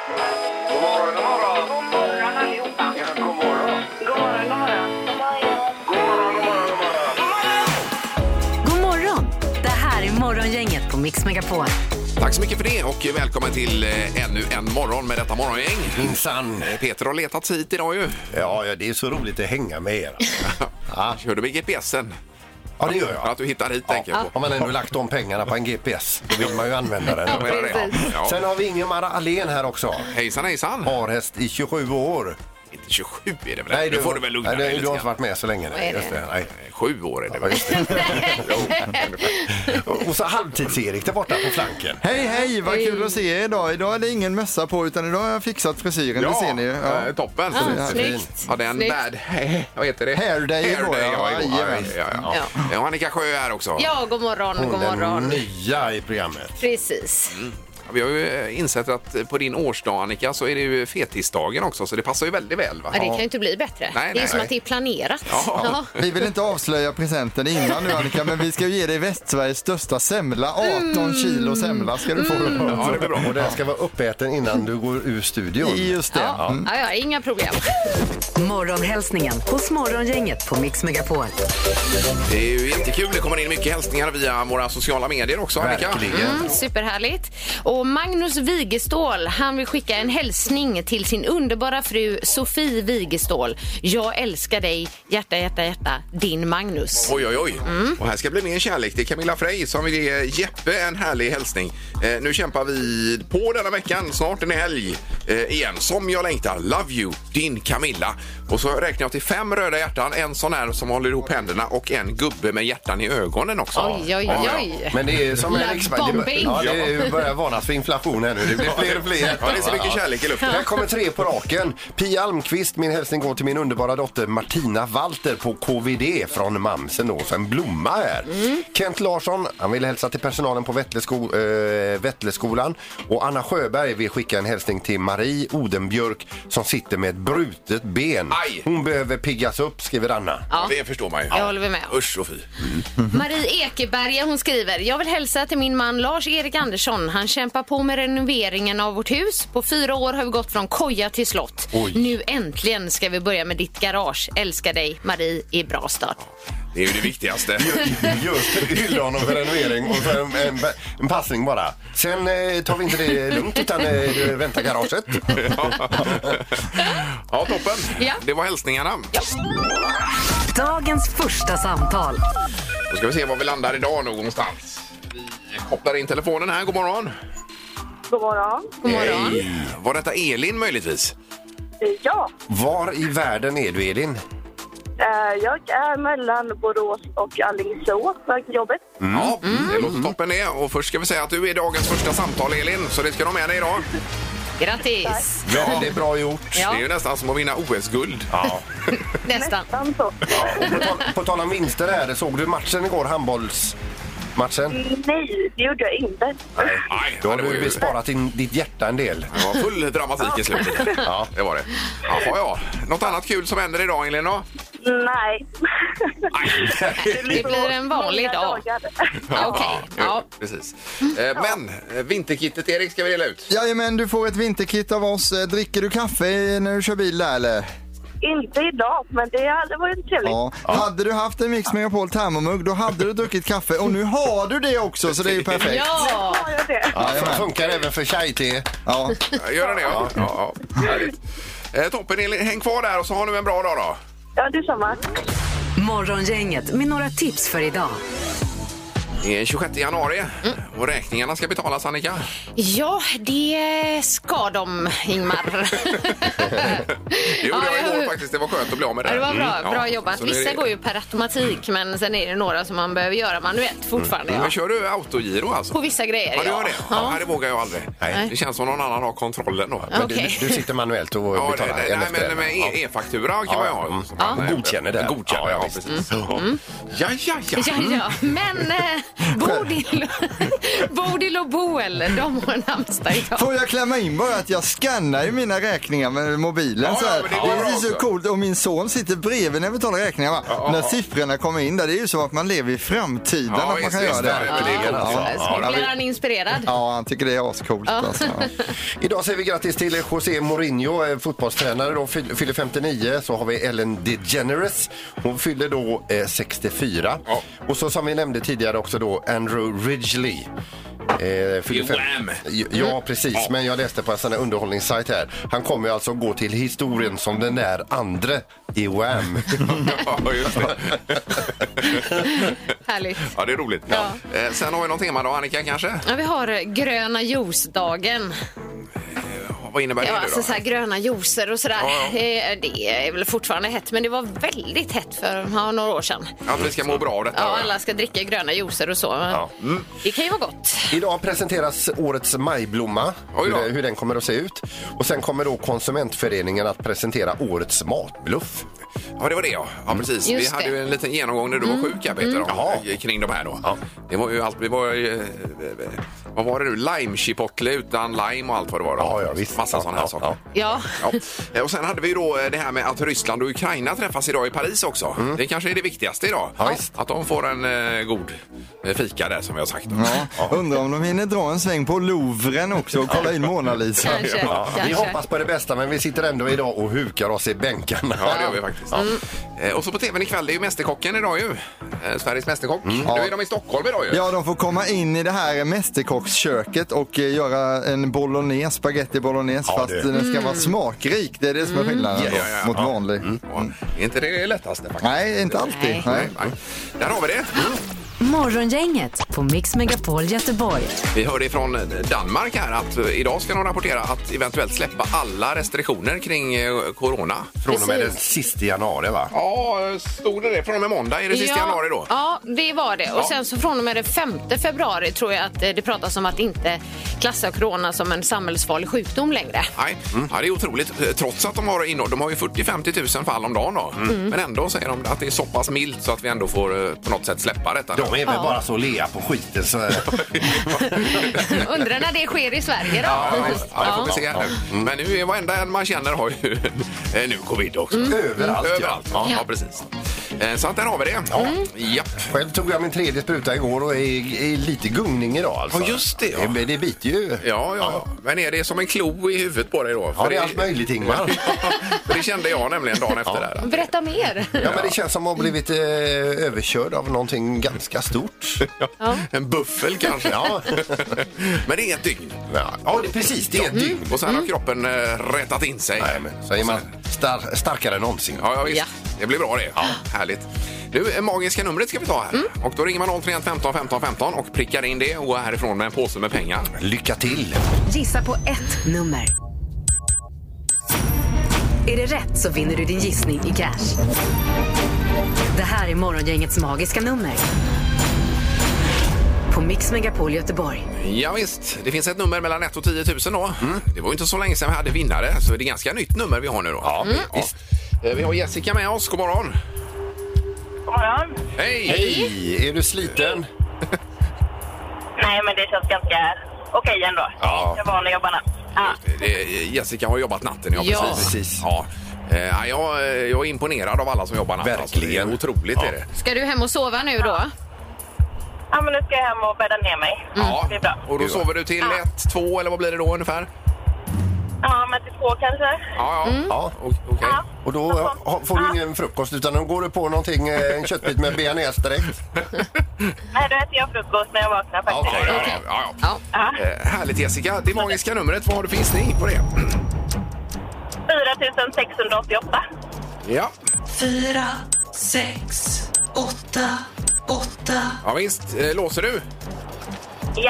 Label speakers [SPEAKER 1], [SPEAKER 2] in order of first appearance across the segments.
[SPEAKER 1] God morgon, god morgon. God morgon allihopa. Ja, god morgon. God morgon, god morgon. God morgon, god morgon,
[SPEAKER 2] God morgon! Det här är Morgongänget på Mix Megapol.
[SPEAKER 3] Tack så mycket för det och välkommen till ännu en morgon med detta morgongäng.
[SPEAKER 4] Minsann.
[SPEAKER 3] Peter har letat hit idag ju.
[SPEAKER 4] Ja, det är så roligt att hänga med er.
[SPEAKER 3] Kör du med GPSen?
[SPEAKER 4] Ja, det gör jag.
[SPEAKER 3] Att du hittar hit, tänker jag på.
[SPEAKER 4] Har man ändå lagt de pengarna på en GPS, då vill man ju använda den.
[SPEAKER 3] Ja.
[SPEAKER 4] Sen har vi Ingemar Ahlén här också.
[SPEAKER 3] Hejsan, hejsan.
[SPEAKER 4] Harhäst i 27 år.
[SPEAKER 3] Inte 27 är det väl?
[SPEAKER 4] Nej,
[SPEAKER 3] nu får du väl lugna dig
[SPEAKER 4] du
[SPEAKER 3] lite
[SPEAKER 4] har inte
[SPEAKER 3] grann.
[SPEAKER 4] varit med så länge. Nej, just det. Nej.
[SPEAKER 3] 7 år är det väl?
[SPEAKER 4] Och så halvtids-Erik där borta på flanken.
[SPEAKER 5] Hej, vad kul att se er idag. Idag är det ingen mössa på utan idag har jag fixat frisyren, det ser ni ju. Ja.
[SPEAKER 3] Toppen.
[SPEAKER 6] Snyggt.
[SPEAKER 3] Ja, den bad... Vad heter det?
[SPEAKER 5] Hair day igår,
[SPEAKER 3] ja.
[SPEAKER 5] ja.
[SPEAKER 3] Och Annika Sjö är här också.
[SPEAKER 6] Ja, god morgon, god
[SPEAKER 4] Hon är
[SPEAKER 6] morgon.
[SPEAKER 4] nya i programmet.
[SPEAKER 6] Precis.
[SPEAKER 3] Vi har ju insett att på din årsdag, Annika, så är det ju fetisdagen också, så det passar ju väldigt väl, va?
[SPEAKER 6] Ja, det kan ju inte bli bättre.
[SPEAKER 3] Nej,
[SPEAKER 6] det är
[SPEAKER 3] nej.
[SPEAKER 6] som att det är planerat.
[SPEAKER 3] Ja.
[SPEAKER 5] Vi vill inte avslöja presenten innan nu, Annika, men vi ska ju ge dig Västsveriges största semla. 18 kilo semla ska du få.
[SPEAKER 3] Ja, det blir bra.
[SPEAKER 4] Och den ska vara uppäten innan du går ur studion.
[SPEAKER 5] Just det.
[SPEAKER 6] Ja, inga problem.
[SPEAKER 2] Morgonhälsningen hos Morgongänget på Mix Megapol.
[SPEAKER 3] Det är ju jättekul. Det kommer in mycket hälsningar via våra sociala medier också, Annika.
[SPEAKER 4] Verkligen.
[SPEAKER 6] Superhärligt. Och Magnus Wigestål, han vill skicka en hälsning till sin underbara fru Sofie Wigestål. Jag älskar dig, hjärta, hjärta, hjärta, din Magnus.
[SPEAKER 3] Oj. Och här ska bli mer kärlek. Det är Camilla Frey som vill ge Jeppe en härlig hälsning. Nu kämpar vi på denna veckan. Snart en helg igen. Som jag längtar. Love you, din Camilla. Och så räknar jag till 5 röda hjärtan. En sån här som håller ihop händerna och en gubbe med hjärtan i ögonen också.
[SPEAKER 6] Oj.
[SPEAKER 4] Men det är som en
[SPEAKER 6] Love-bombing.
[SPEAKER 4] Ja, det börjar varnas för inflation här nu. Det blir fler och fler.
[SPEAKER 3] Ja, det är så mycket kärlek i luften.
[SPEAKER 4] Här kommer 3 på raken. Pia Almqvist, min hälsning går till min underbara dotter Martina Walter på KVD från Mamsen då. Så en blomma här. Kent Larsson, han vill hälsa till personalen på Vättleskolan. Och Anna Sjöberg vill skicka en hälsning till Marie Odenbjörk som sitter med ett brutet ben.
[SPEAKER 3] Aj.
[SPEAKER 4] Hon behöver piggas upp, skriver Anna.
[SPEAKER 6] Ja.
[SPEAKER 3] Det förstår man ju.
[SPEAKER 6] Jag håller med.
[SPEAKER 3] Usch och fy.
[SPEAKER 6] Marie Ekeberga, hon skriver: jag vill hälsa till min man Lars-Erik Andersson. Han kämpar på med renoveringen av vårt hus. På 4 år har vi gått från koja till slott.
[SPEAKER 4] Oj.
[SPEAKER 6] Nu äntligen ska vi börja med ditt garage. Älskar dig, Marie i Brastad.
[SPEAKER 3] Det är ju det viktigaste.
[SPEAKER 4] Just hylla honom för renovering och för en passning bara. Sen tar vi inte det lugnt utan väntar garaget.
[SPEAKER 3] Ja, toppen.
[SPEAKER 6] Ja.
[SPEAKER 3] Det var hälsningarna.
[SPEAKER 2] Dagens första samtal.
[SPEAKER 3] Då ska vi se var vi landar idag någonstans. Vi kopplar in telefonen här. God morgon.
[SPEAKER 1] God morgon.
[SPEAKER 6] God morgon.
[SPEAKER 3] Hej. Var detta Elin möjligtvis?
[SPEAKER 1] Ja,
[SPEAKER 4] Var i världen är du, Elin?
[SPEAKER 1] jag är mellan Borås och Alingsås för jobbet.
[SPEAKER 3] Ja, det låter toppen det. Och först ska vi säga att du är dagens första samtal, Elin. Så det ska du ha med dig idag.
[SPEAKER 6] Grattis.
[SPEAKER 4] Väldigt bra gjort.
[SPEAKER 6] Ja.
[SPEAKER 3] Det är ju nästan som att vinna OS-guld.
[SPEAKER 4] Ja.
[SPEAKER 6] Nästan.
[SPEAKER 1] Nästan så.
[SPEAKER 4] På tal om vinster här, såg du matchen igår, handbollsmatchen?
[SPEAKER 1] Nej, det gjorde jag inte.
[SPEAKER 3] Nej,
[SPEAKER 4] Då har
[SPEAKER 3] det var
[SPEAKER 4] du
[SPEAKER 3] ju...
[SPEAKER 4] besparat ditt hjärta en del.
[SPEAKER 3] Det var full dramatik i slutet. Ja, det var det. Jaha. Något annat kul som händer idag, Elin, då?
[SPEAKER 1] Nej.
[SPEAKER 6] Det blir en vanlig
[SPEAKER 1] Många
[SPEAKER 6] dag.
[SPEAKER 1] dagar.
[SPEAKER 6] Okej. Ja.
[SPEAKER 3] Precis. Men vinterkittet, Erik, ska vi dela ut?
[SPEAKER 5] Jajamän, du får ett vinterkit av oss. Dricker du kaffe när du kör bil där, eller?
[SPEAKER 1] Inte idag, men det var ju trevligt.
[SPEAKER 5] Ja. Hade du haft en Mix Megapol termomugg, då hade du druckit kaffe. Och nu har du det också, så det är ju perfekt.
[SPEAKER 6] Ja.
[SPEAKER 1] Har jag det?
[SPEAKER 4] Det funkar även för chai-te.
[SPEAKER 5] Ja.
[SPEAKER 3] Gör det, ja. Härligt. Toppen, Elin. Häng kvar där och så har du en bra dag då.
[SPEAKER 1] Ja, detsamma.
[SPEAKER 2] Morgongänget med några tips för idag.
[SPEAKER 3] Det är 26 januari och räkningarna ska betalas, Annika.
[SPEAKER 6] Ja, det ska de, Ingmar.
[SPEAKER 3] Det gjorde jag igår faktiskt. Det var skönt att bli av med det.
[SPEAKER 6] Ja, det var bra,
[SPEAKER 3] Ja,
[SPEAKER 6] bra jobbat.
[SPEAKER 3] så det är
[SPEAKER 6] Vissa
[SPEAKER 3] det.
[SPEAKER 6] går ju per automatik, men sen är det några som man behöver göra manuellt fortfarande. Ja.
[SPEAKER 3] Men kör du autogiro alltså?
[SPEAKER 6] På vissa grejer,
[SPEAKER 3] Ja, du gör det? Ja, det vågar jag aldrig.
[SPEAKER 4] Nej.
[SPEAKER 3] Det känns som någon annan har kontrollen då.
[SPEAKER 4] Men
[SPEAKER 6] Okej.
[SPEAKER 4] du sitter manuellt och
[SPEAKER 3] Ja,
[SPEAKER 4] betalar
[SPEAKER 3] nej, men med
[SPEAKER 4] Ja.
[SPEAKER 3] e-faktura kan man ju ha.
[SPEAKER 4] Ja. Godkänner det.
[SPEAKER 3] Godkänner, ja, precis. Ja,
[SPEAKER 6] Ja, men Bodil och Boel, de har namnsdag idag.
[SPEAKER 5] Får jag klämma in bara att jag skannar ju mina räkningar med mobilen
[SPEAKER 3] Ja,
[SPEAKER 5] så här.
[SPEAKER 3] men det går bra
[SPEAKER 5] Det är så
[SPEAKER 3] också.
[SPEAKER 5] coolt och min son sitter bredvid när vi betalar räkningar. När siffrorna kommer in där, det är ju så att man lever i framtiden
[SPEAKER 3] Ja,
[SPEAKER 5] att man
[SPEAKER 3] visst,
[SPEAKER 5] kan
[SPEAKER 3] visst,
[SPEAKER 5] göra det.
[SPEAKER 3] verkligen, alltså.
[SPEAKER 6] Så blir han inspirerad.
[SPEAKER 5] Ja, han tycker det är ascoolt. Alltså.
[SPEAKER 4] Idag säger vi grattis till José Mourinho, fotbollstränare då, fyller 59. Så har vi Ellen DeGeneres, hon fyller då 64.
[SPEAKER 3] Ja.
[SPEAKER 4] Och så som vi nämnde tidigare också då Andrew Ridgeley.
[SPEAKER 3] Wham!
[SPEAKER 4] Ja, precis. Men jag läste på en sån här underhållningssajt här. Han kommer ju alltså gå till historien som den där andra i Wham.
[SPEAKER 3] Ja, just det.
[SPEAKER 6] Härligt.
[SPEAKER 3] Ja, det är roligt.
[SPEAKER 6] Ja.
[SPEAKER 3] Sen har vi något tema då, Annika, kanske?
[SPEAKER 6] Ja, vi har gröna juicedagen.
[SPEAKER 3] Vad innebär det
[SPEAKER 6] Ja,
[SPEAKER 3] nu då?
[SPEAKER 6] alltså så här gröna juicer och sådär.
[SPEAKER 3] Ja,
[SPEAKER 6] Det är väl fortfarande hett, men det var väldigt hett för några år sedan.
[SPEAKER 3] Att vi ska må bra av detta?
[SPEAKER 6] Ja, alla ska dricka gröna juicer och så. Det kan ju vara gott.
[SPEAKER 4] Idag presenteras årets majblomma,
[SPEAKER 3] Oj då.
[SPEAKER 4] hur den kommer att se ut. Och sen kommer då Konsumentföreningen att presentera årets matbluff.
[SPEAKER 3] Ja, det var det, ja. Ja, precis.
[SPEAKER 6] Just
[SPEAKER 3] Vi hade
[SPEAKER 6] det.
[SPEAKER 3] ju en liten genomgång när du var sjuk, Peter,
[SPEAKER 4] Jaha.
[SPEAKER 3] kring de här då.
[SPEAKER 4] Ja.
[SPEAKER 3] Det var ju allt, det var ju, vad var det nu? Lime-chipotle utan lime och allt vad det var då.
[SPEAKER 4] Ja, visst.
[SPEAKER 3] Massa sådana här saker.
[SPEAKER 6] Ja.
[SPEAKER 3] Ja. Och sen hade vi då det här med att Ryssland och Ukraina träffas idag i Paris också. Det kanske är det viktigaste idag.
[SPEAKER 4] Ja, visst.
[SPEAKER 3] Att de får en god fika där, som vi har sagt.
[SPEAKER 5] Ja. Undrar om de hinner dra en sväng på Louvren också och kolla in Mona Lisa.
[SPEAKER 6] Kanske.
[SPEAKER 4] Ja, vi hoppas på det bästa, men vi sitter ändå idag och hukar oss i bänkarna.
[SPEAKER 3] Ja, det gör vi faktiskt. Och så på tvn ikväll, det är ju Mästerkocken idag ju. Sveriges Mästerkock. Nu är de i Stockholm idag ju.
[SPEAKER 5] Ja, de får komma in i det här mästerkocksköket och göra en bolognese, spaghetti bolognese,
[SPEAKER 4] Ja,
[SPEAKER 5] fast
[SPEAKER 4] det.
[SPEAKER 5] den ska vara smakrik. Det är det som är skillnaden
[SPEAKER 3] Ja,
[SPEAKER 5] då,
[SPEAKER 3] ja, ja.
[SPEAKER 5] mot vanlig.
[SPEAKER 3] Ja, är inte det lättaste faktiskt?
[SPEAKER 5] Nej, inte alltid.
[SPEAKER 6] Nej.
[SPEAKER 5] Nej.
[SPEAKER 3] Nej. Där har vi det.
[SPEAKER 2] Morgongänget på Mix Megapol Göteborg.
[SPEAKER 3] Vi hörde ifrån Danmark här att idag ska de rapportera att eventuellt släppa alla restriktioner kring corona.
[SPEAKER 4] Från och med den sista januari, va?
[SPEAKER 3] Ja, stod det från och med måndag? Är det sista januari då?
[SPEAKER 6] Ja, det var det. Och sen så från och med den 5 februari tror jag att det pratas om att inte klassa corona som en samhällsfarlig sjukdom längre.
[SPEAKER 3] Nej, ja, det är otroligt. Trots att de har ju 40-50 000 fall om dagen då. Men ändå säger de att det är så pass milt så att vi ändå får på något sätt släppa detta.
[SPEAKER 4] De är väl bara så lea på skiten så...
[SPEAKER 6] Undrar när det sker i Sverige då?
[SPEAKER 3] Ja, det får vi se här nu. Men nu är varenda en man känner har ju nu covid också.
[SPEAKER 4] Överallt,
[SPEAKER 3] Överallt. Ja, precis. Så att där har vi det. Ja.
[SPEAKER 4] Själv tog jag min 3:e spruta igår och är lite gungning idag alltså.
[SPEAKER 3] Ja, just det, ja.
[SPEAKER 4] Det biter ju.
[SPEAKER 3] Ja. Men är det som en klo i huvudet på dig då?
[SPEAKER 4] Ja, det är allt möjligt, Ingmar.
[SPEAKER 3] För det kände jag nämligen dagen efter det här.
[SPEAKER 6] Berätta mer.
[SPEAKER 4] Ja, men det känns som att ha blivit överkörd av någonting ganska stort.
[SPEAKER 3] En buffel kanske.
[SPEAKER 4] Ja.
[SPEAKER 3] Men det är ett dygn.
[SPEAKER 4] Ja, det är precis. Det är ett dygn.
[SPEAKER 3] Och sen har kroppen rättat in sig.
[SPEAKER 4] Nej, men så är man starkare än någonsin.
[SPEAKER 3] Ja, visst.
[SPEAKER 6] Ja.
[SPEAKER 3] Det blir bra det. Ja. Härligt. Nu, magiska numret ska vi ta här. Och då ringer man 031 15 15 15 och prickar in det och går härifrån med en påse med pengar.
[SPEAKER 4] Lycka till!
[SPEAKER 2] Gissa på ett nummer. Är det rätt så vinner du din gissning i cash. Det här är Morgongängets magiska nummer. På Mix Megapol Göteborg.
[SPEAKER 3] Ja, visst, det finns ett nummer mellan 1 och 10 000 då. Det var ju inte så länge sedan vi hade vinnare, så det är ganska nytt nummer vi har nu då.
[SPEAKER 4] Ja, visst.
[SPEAKER 3] Vi har Jessica med oss, god morgon.
[SPEAKER 1] God morgon.
[SPEAKER 3] Hej!
[SPEAKER 4] Hej! Är du sliten?
[SPEAKER 1] Nej, men det känns ganska okej ändå.
[SPEAKER 4] Ja.
[SPEAKER 1] Jag är van att jobba natt. Ja.
[SPEAKER 3] Jessica har jobbat natten,
[SPEAKER 6] Ja.
[SPEAKER 3] precis. Ja. Jag är imponerad av alla som jobbar natt.
[SPEAKER 4] Verkligen.
[SPEAKER 3] Alltså, det är otroligt är det.
[SPEAKER 6] Ska du hem och sova nu då?
[SPEAKER 1] Ja, men nu ska jag hem och bädda ner mig.
[SPEAKER 3] Ja,
[SPEAKER 1] Det är bra.
[SPEAKER 3] och då sover du till 1, 2 eller vad blir det då ungefär?
[SPEAKER 1] Ja, men till 2 kanske.
[SPEAKER 3] Ja.
[SPEAKER 4] Ja.
[SPEAKER 3] Okej.
[SPEAKER 1] Ja.
[SPEAKER 4] Och då får du ingen frukost utan då går du på någonting, en köttbit med bearnaise direkt.
[SPEAKER 1] Nej, då äter jag frukost när jag vaknar faktiskt.
[SPEAKER 3] Okej. Ja.
[SPEAKER 6] Ja.
[SPEAKER 3] Härligt Jessica. Det magiska numret, vad har du för gissning på det?
[SPEAKER 1] 4688.
[SPEAKER 3] Ja.
[SPEAKER 7] 4, 6, 8, 8.
[SPEAKER 3] Ja visst, låser du?
[SPEAKER 1] Ja.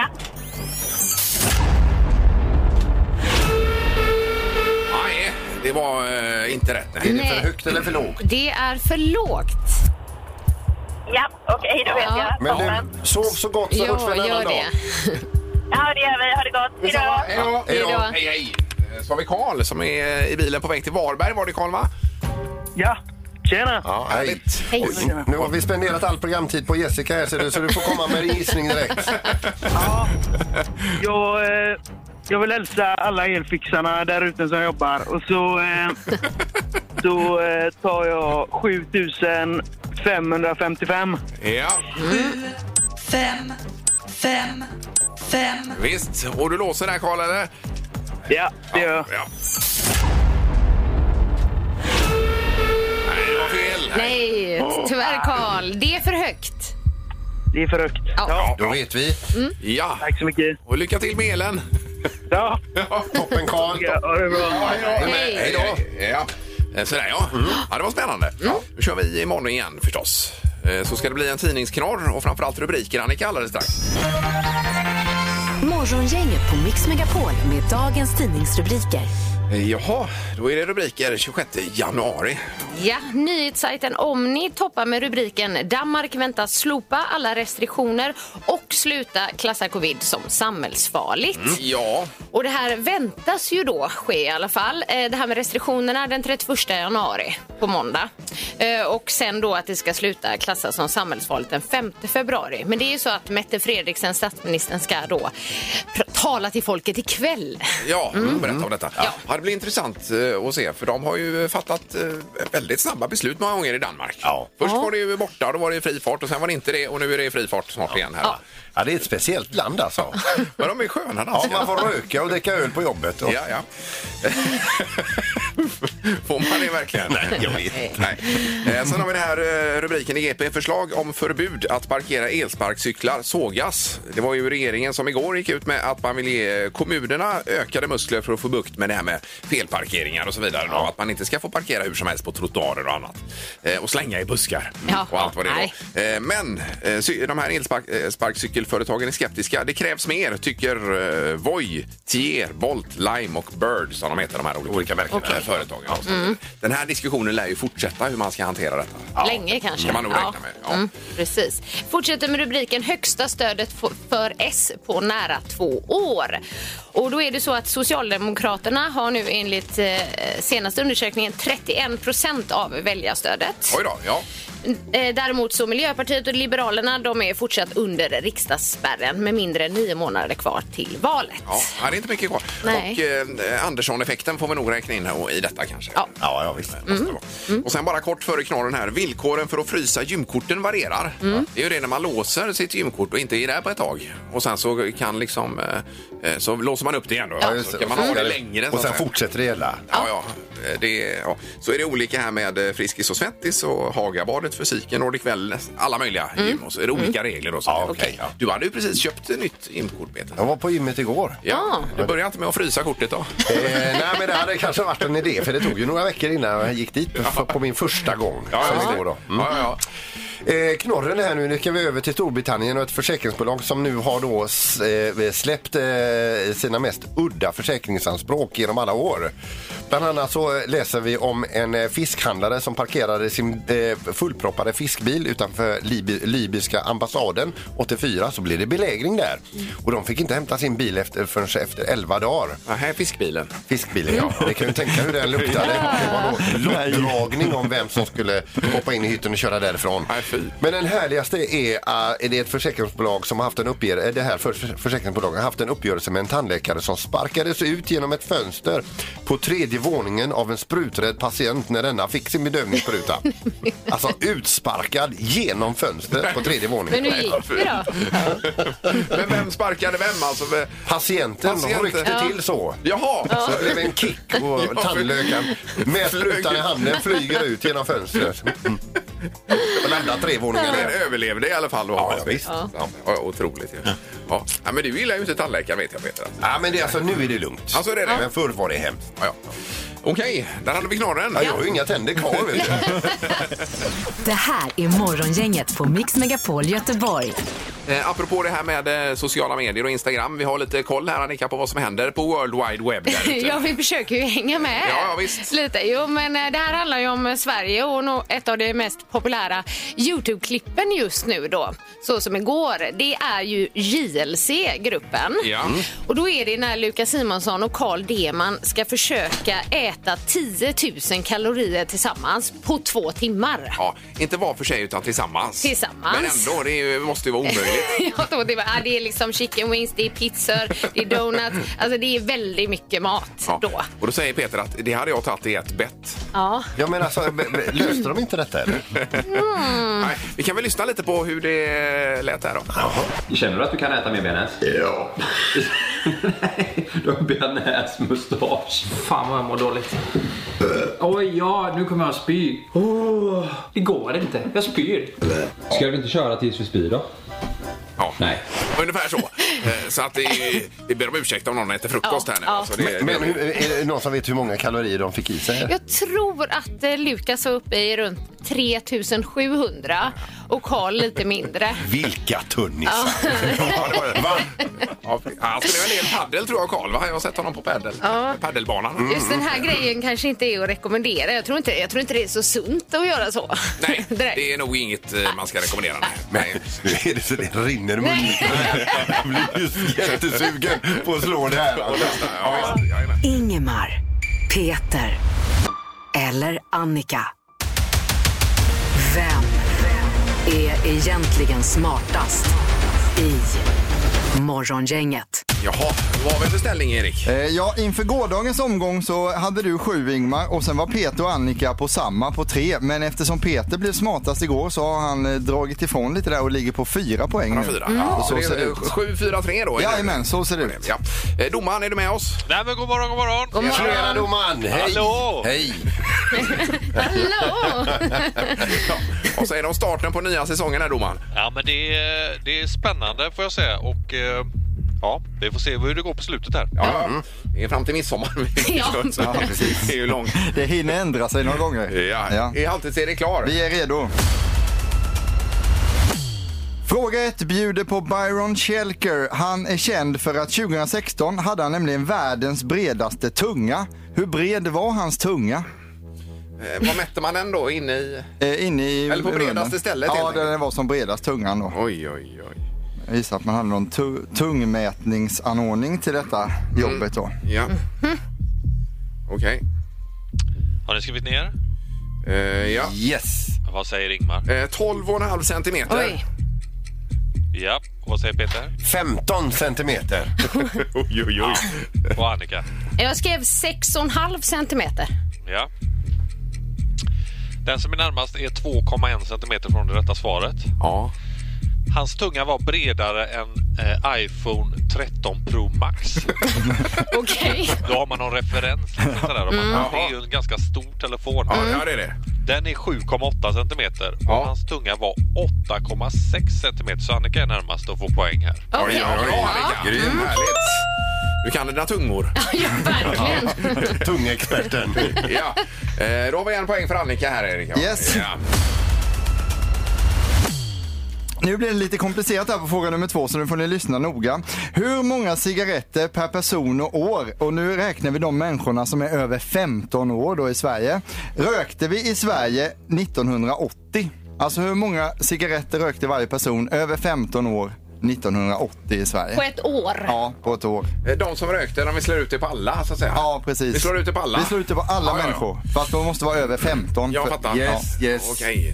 [SPEAKER 3] Nej, det var inte rätt.
[SPEAKER 4] Är
[SPEAKER 3] Nej.
[SPEAKER 4] det för högt eller för lågt?
[SPEAKER 6] Det är för lågt.
[SPEAKER 1] Ja, okej, då vet jag.
[SPEAKER 4] Men du, sov så gott så hörs vi en
[SPEAKER 6] Ja,
[SPEAKER 4] annan
[SPEAKER 6] gör
[SPEAKER 4] dag.
[SPEAKER 6] det.
[SPEAKER 1] Ja, det gör vi. Ha det gott. Hejdå.
[SPEAKER 3] Hej då.
[SPEAKER 4] Hej då.
[SPEAKER 3] Hej. Så har vi Karl som är i bilen på väg till Varberg. Var det Karl, va?
[SPEAKER 8] Ja,
[SPEAKER 1] Tjena!
[SPEAKER 4] Ja, hej.
[SPEAKER 6] Hej.
[SPEAKER 4] Nu har vi spenderat all programtid på Jessica här, så du får komma med din gissning direkt.
[SPEAKER 1] Jag vill hälsa alla elfixarna där ute som jobbar. Och så tar jag 7555.
[SPEAKER 3] Ja,
[SPEAKER 7] 5, 5, 5.
[SPEAKER 3] visst. Och du låser där, Karl, eller?
[SPEAKER 1] Ja, det gör jag.
[SPEAKER 3] Ja. Nej, det var fel.
[SPEAKER 6] Nej, tyvärr Karl. Det är för högt.
[SPEAKER 1] Det är för högt.
[SPEAKER 6] Ja.
[SPEAKER 4] Då vet vi.
[SPEAKER 3] Ja,
[SPEAKER 1] Tack så mycket.
[SPEAKER 3] och lycka till med elen.
[SPEAKER 1] Ja,
[SPEAKER 4] Toppen, Karl.
[SPEAKER 1] ja det är bra.
[SPEAKER 6] Hej.
[SPEAKER 3] då. Ja. Sådär, ja. Ja, det var spännande. Ja, nu kör vi imorgon igen förstås. Så ska det bli en tidningsknorr och framförallt rubriker, Annika, alldeles strax.
[SPEAKER 2] Morgongänget på Mix Megapol med dagens tidningsrubriker.
[SPEAKER 3] Jaha, då är det rubriker 26 januari.
[SPEAKER 6] Ja, nyhetssajten Omni toppar med rubriken Danmark väntas slopa alla restriktioner och sluta klassa covid som samhällsfarligt.
[SPEAKER 3] Ja,
[SPEAKER 6] Och det här väntas ju då ske i alla fall. Det här med restriktionerna den 31 januari på måndag. Och sen då att det ska sluta klassas som samhällsfarligt den 5 februari. Men det är ju så att Mette Frederiksen, statsministern, ska då tala till folket ikväll.
[SPEAKER 3] ja, berätta om detta. Ja, det blir intressant att se, för de har ju fattat väldigt snabba beslut många gånger i Danmark.
[SPEAKER 4] Ja.
[SPEAKER 3] Först var det ju borta, då var det fri fart och sen var det inte det och nu är det fri fart snart igen här.
[SPEAKER 6] Ja.
[SPEAKER 4] Ja, det är ett speciellt land alltså.
[SPEAKER 3] Men de är sköna
[SPEAKER 4] Ja,
[SPEAKER 3] danskarna.
[SPEAKER 4] man får röka och dricka öl på jobbet. Och...
[SPEAKER 3] Ja. Får man det verkligen? Nej, jag vet. Nej. Sen har vi den här rubriken i GP. Förslag om förbud att parkera elsparkcyklar sågas. Det var ju regeringen som igår gick ut med att man vill ge kommunerna ökade muskler för att få bukt med det här med felparkeringar och så vidare. Då. Att man inte ska få parkera hur som helst på trottoarer och annat. Och slänga i buskar och allt vad det är. Men de här elsparkcykelföretagen är skeptiska. Det krävs mer, tycker Voi, Tier, Bolt, Lime och Bird, som de heter, de här olika företagen. Den här diskussionen lär ju fortsätta hur man ska hantera detta.
[SPEAKER 6] Länge kanske.
[SPEAKER 3] Kan man nog räkna med. Ja.
[SPEAKER 6] Precis. Fortsätter med rubriken högsta stödet för S på nära 2 år. Och då är det så att Socialdemokraterna har nu enligt senaste undersökningen 31% av väljarstödet.
[SPEAKER 3] Oj då, ja.
[SPEAKER 6] Däremot så Miljöpartiet och Liberalerna, de är fortsatt under riksdagsspärren med mindre än 9 månader kvar till valet.
[SPEAKER 3] Ja, det är inte mycket kvar.
[SPEAKER 6] Nej.
[SPEAKER 3] Och Andersson-effekten får vi nog räkna in i detta kanske.
[SPEAKER 6] Ja.
[SPEAKER 3] Visst. Och sen bara kort före knorren här. Villkoren för att frysa gymkorten varierar. Det är ju det när man låser sitt gymkort och inte är där på ett tag. Och sen så kan liksom så låser man upp det igen då.
[SPEAKER 4] Ja,
[SPEAKER 3] så kan man ha det längre.
[SPEAKER 4] Och sen fortsätter det gälla.
[SPEAKER 3] Så är det olika här med Friskis och Svettis och Hagabadet, Fysiken och ikväll alla möjliga gym. Och så är det olika regler då.
[SPEAKER 4] Okej.
[SPEAKER 3] Du hade ju precis köpt ett nytt gymkort, Peter.
[SPEAKER 4] Jag var på gymmet igår.
[SPEAKER 3] Ja, du började inte med att frysa kortet då?
[SPEAKER 4] Nej, men det hade kanske varit en idé, för det tog ju några veckor innan jag gick dit på min första gång. Knorren här nu ska vi över till Storbritannien och ett försäkringsbolag som nu har då släppt sina mest udda försäkringsanspråk genom alla år. Bland annat så läser vi om en fiskhandlare som parkerade sin fullproppade fiskbil utanför libyska ambassaden. 84 så blev det belägring där. Och de fick inte hämta sin bil förrän efter 11 dagar.
[SPEAKER 3] Här är fiskbilen.
[SPEAKER 4] Fiskbilen, ja. Det kan ju tänka hur den luktade. Det var då lottdragning om vem som skulle hoppa in i hytten och köra därifrån. Men den härligaste är det ett försäkringsbolag som har haft det här försäkringsbolaget har haft en uppgörelse med en tandläkare som sparkades ut genom ett fönster på 3:e våningen av en spruträdd patient när denna fick sin bedövningsspruta. Alltså utsparkad genom fönstret på 3:e våningen.
[SPEAKER 6] Men nu gick det då?
[SPEAKER 3] Men vem sparkade vem? Alltså,
[SPEAKER 4] Patienten ryckte till så.
[SPEAKER 3] Jaha!
[SPEAKER 4] Så det blev en kick och tandläkaren med sprutan i handen flyger ut genom fönstret. Och landar 3 våningar ner.
[SPEAKER 3] Den överlevde i alla fall.
[SPEAKER 4] Ja, visst.
[SPEAKER 3] Ja, otroligt. Ja, men du gillar ju inte tandläkaren, vet jag, Peter.
[SPEAKER 4] Ja, men det, alltså, nu är det lugnt.
[SPEAKER 3] Alltså, det är det.
[SPEAKER 4] Men förr var det hemskt.
[SPEAKER 3] Ja. Okej, där hade vi knorren.
[SPEAKER 4] Ja, jag har ju inga tänder kvar, vet du.
[SPEAKER 2] Det här är Morgongänget på Mix Megapol Göteborg.
[SPEAKER 3] Apropå det här med sociala medier och Instagram. Vi har lite koll här, Annika, på vad som händer på World Wide Web där ute.
[SPEAKER 6] Ja, vi försöker ju hänga med.
[SPEAKER 3] Ja, visst.
[SPEAKER 6] Lite. Jo, men det här handlar ju om Sverige och nog ett av de mest populära YouTube-klippen just nu då. Så som igår. Det är ju JLC-gruppen.
[SPEAKER 3] Ja.
[SPEAKER 6] Och då är det när Lukas Simonsson och Carl Deman ska försöka äta 10 000 kalorier tillsammans på 2 timmar.
[SPEAKER 3] Ja, inte var för sig utan tillsammans.
[SPEAKER 6] Tillsammans.
[SPEAKER 3] Men ändå, måste ju vara omöjligt.
[SPEAKER 6] Jag tror det är liksom chicken wings, det är pizzor, det är donuts. Alltså det är väldigt mycket mat då.
[SPEAKER 3] Och då säger Peter att det hade jag tagit i ett bett.
[SPEAKER 6] Ja.
[SPEAKER 4] Ja, men alltså, löste de inte detta eller?
[SPEAKER 3] Nej, vi kan väl lyssna lite på hur det lät här då.
[SPEAKER 8] Känner du att du kan äta mer bearnaise? Ja. Nej, du har bearnaise-mustasch. Fan vad jag mår dåligt. Oj, ja, nu kommer jag att spy. Det går inte, jag spyr. Ska vi inte köra tills vi spyr då?
[SPEAKER 3] Ja,
[SPEAKER 8] nej.
[SPEAKER 3] Ungefär så. Så att det ber om ursäkt om någon äter frukost här nu.
[SPEAKER 6] Ja.
[SPEAKER 3] Alltså
[SPEAKER 4] Men är det någon som vet hur många kalorier de fick i sig?
[SPEAKER 6] Jag tror att Lukas var uppe i runt 3700 och Carl lite mindre.
[SPEAKER 4] Vilka tunnisar! Va?
[SPEAKER 3] Ja, han spelar en del paddel tror jag, Carl. Jag har sett honom på paddelbanan.
[SPEAKER 6] Just den här grejen kanske inte är att rekommendera. Jag tror inte det är så sunt att göra så.
[SPEAKER 3] Nej, det är nog inget man ska rekommendera. Nej.
[SPEAKER 4] Nu är det så det rinner i munnen. Jag blir just jättesugen på att slå det här.
[SPEAKER 2] Ingemar, Peter eller Annika. Vem är egentligen smartast i Morgongänget?
[SPEAKER 3] Jaha, vad har vi för ställning, Erik?
[SPEAKER 5] Ja, inför gårdagens omgång så hade du 7, Ingmar, och sen var Peter och Annika på samma på 3. Men eftersom Peter blev smartast igår så har han dragit ifrån lite där och ligger på 4 poäng nu.
[SPEAKER 3] 4. Ja,
[SPEAKER 5] så ser det ut.
[SPEAKER 3] 7-4-3 då?
[SPEAKER 5] Jajamän, så ser det ut.
[SPEAKER 3] Ja. Domaren, är du med oss?
[SPEAKER 9] Nej, men god morgon.
[SPEAKER 4] Tjena domaren! Hej!
[SPEAKER 9] Hallå!
[SPEAKER 4] Hej!
[SPEAKER 6] Hallå!
[SPEAKER 3] Och så är de starten på nya säsongen här, domaren.
[SPEAKER 9] Ja, men det är spännande får jag säga. Och ja, vi får se hur det går på slutet här.
[SPEAKER 3] Ja, det är fram till midsommar.
[SPEAKER 6] Ja.
[SPEAKER 3] Det är ju långt.
[SPEAKER 5] Det hinner ändra sig några gånger.
[SPEAKER 3] Ja. Är Halvtids-Erik klar?
[SPEAKER 5] Vi är redo. Fråga 1 bjuder på Byron Shelker. Han är känd för att 2016 hade han nämligen världens bredaste tunga. Hur bred var hans tunga?
[SPEAKER 3] Vad mätte man den då? Inne i eller på bredaste
[SPEAKER 5] munnen.
[SPEAKER 3] stället?
[SPEAKER 5] Ja, den var som bredast tungan då.
[SPEAKER 3] Oj.
[SPEAKER 5] Jag gissar att man hade någon tungmätningsanordning till detta jobbet då.
[SPEAKER 3] Ja. Okej.
[SPEAKER 9] Har ni skrivit ner?
[SPEAKER 3] Ja.
[SPEAKER 4] Yes!
[SPEAKER 9] Vad säger Ingmar?
[SPEAKER 3] 12,5 centimeter.
[SPEAKER 6] Oj.
[SPEAKER 9] Ja, och vad säger Peter?
[SPEAKER 4] 15 centimeter.
[SPEAKER 3] Oj.
[SPEAKER 9] Och Annika?
[SPEAKER 6] Jag skrev 6,5 centimeter.
[SPEAKER 9] Ja. Den som är närmast är 2,1 centimeter från det rätta svaret.
[SPEAKER 3] Ja.
[SPEAKER 9] Hans tunga var bredare än iPhone 13 Pro Max.
[SPEAKER 6] Okej.
[SPEAKER 9] Då har man någon referens. Sådär, det är ju en ganska stor telefon.
[SPEAKER 3] Ja, det är det.
[SPEAKER 9] Den är 7,8 centimeter.
[SPEAKER 3] Ja.
[SPEAKER 9] Och hans tunga var 8,6 centimeter. Så Annika är närmast att få poäng här.
[SPEAKER 6] Okej.
[SPEAKER 3] Bra, Annika. Grym, härligt. Du kan dina tungor.
[SPEAKER 6] Ja, verkligen.
[SPEAKER 4] Tungexperten.
[SPEAKER 3] Ja. Då har vi en poäng för Annika här, Erik.
[SPEAKER 5] Yes.
[SPEAKER 3] Ja.
[SPEAKER 5] Nu blir det lite komplicerat här på fråga nummer 2, så nu får ni lyssna noga. Hur många cigaretter per person och år? Och nu räknar vi de människorna som är över 15 år då i Sverige. Rökte vi i Sverige 1980? Alltså hur många cigaretter rökte varje person över 15 år 1980 i Sverige?
[SPEAKER 6] På ett år.
[SPEAKER 5] Ja, på ett år.
[SPEAKER 3] De som rökte, vi slår ut det på alla, så att säga.
[SPEAKER 5] Ja, precis.
[SPEAKER 3] Vi slår ut det på alla?
[SPEAKER 5] Vi slår ut det på alla människor. Fast de måste vara över 15.
[SPEAKER 3] Jag fattar.
[SPEAKER 4] Yes.
[SPEAKER 3] Okej.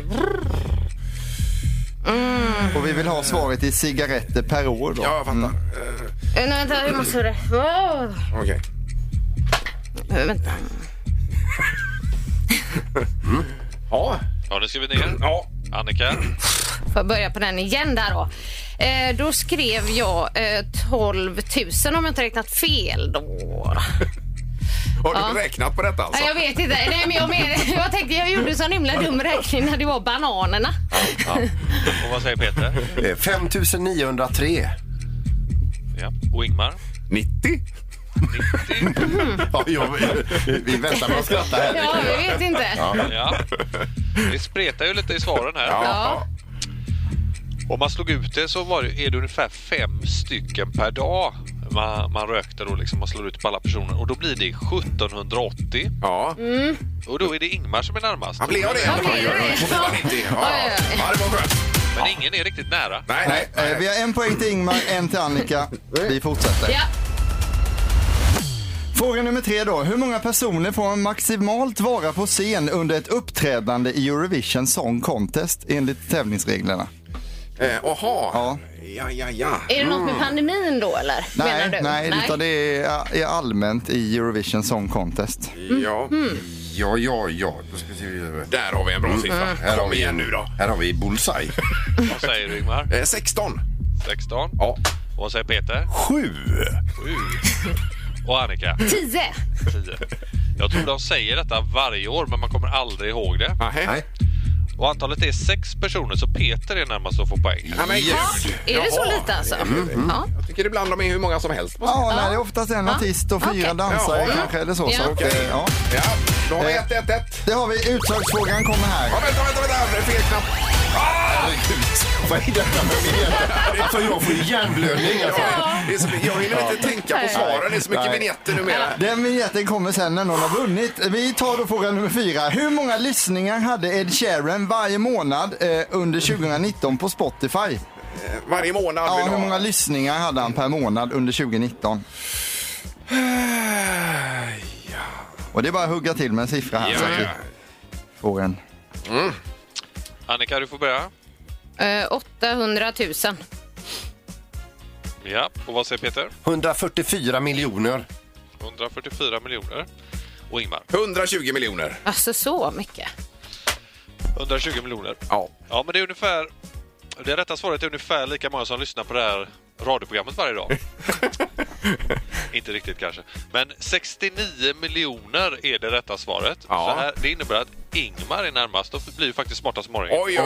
[SPEAKER 5] Och vi vill ha svaret i cigaretter per år då.
[SPEAKER 3] Ja, jag fattar.
[SPEAKER 6] Vänta, hur måste det?
[SPEAKER 3] Okej.
[SPEAKER 6] Vänta.
[SPEAKER 3] Ja.
[SPEAKER 9] Har ni skrivit ner?
[SPEAKER 3] Ja.
[SPEAKER 9] Annika?
[SPEAKER 6] Får jag börja på den igen där då. Då skrev jag 12 000 om jag inte räknat fel då.
[SPEAKER 3] Har du räknat på detta alltså?
[SPEAKER 6] Nej, jag vet inte. Nej, men jag tänkte jag gjorde så himla dum räkning när det var bananerna.
[SPEAKER 9] Ja. Och vad säger Peter?
[SPEAKER 4] 5903.
[SPEAKER 9] Ja. Och Ingmar?
[SPEAKER 3] 90?
[SPEAKER 4] Ja, vi väntar på att skratta här.
[SPEAKER 6] Ja, jag vet inte.
[SPEAKER 9] Ja. Det spretar ju lite i svaren här.
[SPEAKER 3] Ja.
[SPEAKER 9] Om man slog ut det så är det ungefär 5 stycken per dag man rökte då liksom, man slår ut på alla personer. Och då blir det 1780.
[SPEAKER 3] Ja.
[SPEAKER 9] Och då är det Ingmar som är närmast.
[SPEAKER 3] Han blev det.
[SPEAKER 6] Ja.
[SPEAKER 3] Ja, det var skönt.
[SPEAKER 9] Men ingen är riktigt nära.
[SPEAKER 3] Nej.
[SPEAKER 5] Vi har 1 poäng till Ingmar, 1 till Annika. Vi fortsätter.
[SPEAKER 6] Ja.
[SPEAKER 5] Fråga nummer 3 då. Hur många personer får man maximalt vara på scen under ett uppträdande i Eurovision Song Contest enligt tävlingsreglerna?
[SPEAKER 3] Ja.
[SPEAKER 6] Är det något med pandemin då eller? Menar du?
[SPEAKER 5] Nej, utan det är allmänt i Eurovision Song Contest.
[SPEAKER 3] Ja.
[SPEAKER 4] Ja. Då ska vi se.
[SPEAKER 3] Där har vi en bra siffra.
[SPEAKER 4] Här har
[SPEAKER 3] Kom
[SPEAKER 4] vi
[SPEAKER 3] igen nu då.
[SPEAKER 4] Här har vi bullseye.
[SPEAKER 9] Vad säger du Ingmar?
[SPEAKER 3] 16.
[SPEAKER 9] 16.
[SPEAKER 3] Ja.
[SPEAKER 9] Och vad säger Peter?
[SPEAKER 4] 7.
[SPEAKER 9] 7. Och Annika?
[SPEAKER 6] 10.
[SPEAKER 9] 10. Jag tror de säger detta varje år, men man kommer aldrig ihåg det.
[SPEAKER 3] Nej.
[SPEAKER 9] Och antalet är 6 personer, så Peter är närmast att få poäng.
[SPEAKER 3] Ja, men
[SPEAKER 6] Är det så lite alltså? Ja.
[SPEAKER 3] Jag tycker ibland de är hur många som helst på scen.
[SPEAKER 5] Ja, nej, det är oftast en artist och 4 dansare
[SPEAKER 3] Ja.
[SPEAKER 5] kanske eller så.
[SPEAKER 6] Ja.
[SPEAKER 5] Så
[SPEAKER 3] Okej.
[SPEAKER 5] ja.
[SPEAKER 3] Ja, då har vi 1-1-1.
[SPEAKER 5] Det har vi. Utslagsfrågan kommer här.
[SPEAKER 3] Ja, vänta. Det är fel knapp.
[SPEAKER 4] Vad är detta med vinjetter? Alltså jag får hjärnblödning. Alltså.
[SPEAKER 3] Det är så, jag hinner inte tänka på svaren. Det är så mycket vignetter numera.
[SPEAKER 5] Den vignetten kommer sen när någon har vunnit. Vi tar då fråga nummer 4. Hur många lyssningar hade Ed Sheeran varje månad under 2019 på Spotify?
[SPEAKER 3] Varje månad.
[SPEAKER 5] Ja, hur många lyssningar hade han per månad under 2019? Och det är bara att hugga till med en siffra här. Så att vi får en.
[SPEAKER 9] Annika, du får börja.
[SPEAKER 6] 800 000.
[SPEAKER 9] Ja, och vad säger Peter?
[SPEAKER 4] 144 miljoner.
[SPEAKER 9] 144 miljoner. Och Ingmar?
[SPEAKER 3] 120 miljoner.
[SPEAKER 6] Alltså så mycket.
[SPEAKER 9] 120 miljoner.
[SPEAKER 3] Ja.
[SPEAKER 9] Ja, men det är ungefär... Det rätta svaret är ungefär lika många som lyssnar på det här radioprogrammet varje dag. Inte riktigt kanske. Men 69 miljoner är det rätta svaret.
[SPEAKER 3] Ja.
[SPEAKER 9] Så här, det innebär att Ingmar är närmast och blir faktiskt smartast morgon.
[SPEAKER 3] Oj.